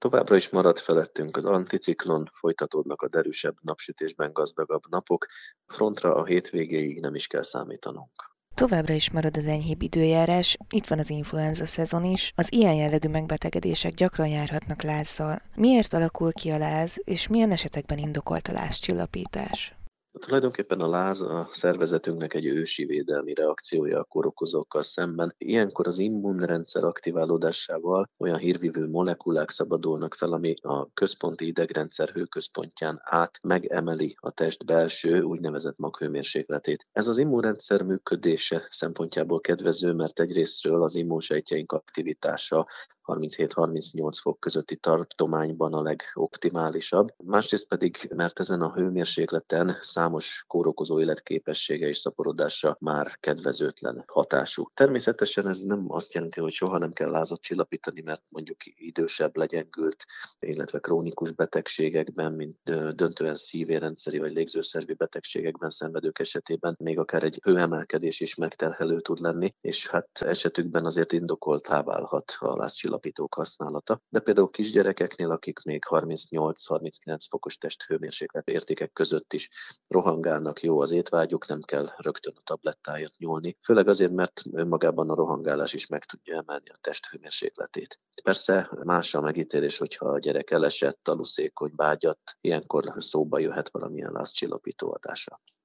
Továbbra is marad felettünk az anticiklon, folytatódnak a derűsebb, napsütésben gazdagabb napok, frontra a hétvégéig nem is kell számítanunk. Továbbra is marad az enyhébb időjárás, itt van az influenza szezon is, az ilyen jellegű megbetegedések gyakran járhatnak lázzal. Miért alakul ki a láz, és milyen esetekben indokolt a lázcsillapítás? Tulajdonképpen a láz a szervezetünknek egy ősi védelmi reakciója a kórokozókkal szemben. Ilyenkor az immunrendszer aktiválódásával olyan hírvívő molekulák szabadulnak fel, ami a központi idegrendszer hőközpontján át megemeli a test belső úgynevezett maghőmérsékletét. Ez az immunrendszer működése szempontjából kedvező, mert egyrésztről az immunsejtjeink aktivitása 37-38 fok közötti tartományban a legoptimálisabb. Másrészt pedig, mert ezen a hőmérsékleten számos kórokozó életképessége és szaporodása már kedvezőtlen hatású. Természetesen ez nem azt jelenti, hogy soha nem kell lázat csillapítani, mert mondjuk idősebb, legyengült, illetve krónikus betegségekben, mint döntően szívérendszeri vagy légzőszervi betegségekben szenvedők esetében még akár egy hőemelkedés is megterhelő tud lenni, és hát esetükben azért indokoltá válhat a lázcsillapítók használata. De például kisgyerekeknél, akik még 38-39 fokos testhőmérséklet értékek között is rohangálnak, jó az étvágyuk, nem kell rögtön a tablettáért nyúlni. Főleg azért, mert önmagában a rohangálás is meg tudja emelni a testhőmérsékletét. Persze más a megítélés, hogyha a gyerek elesett, aluszékony, bágyadt, ilyenkor szóba jöhet valamilyen lázcsillapító hatása.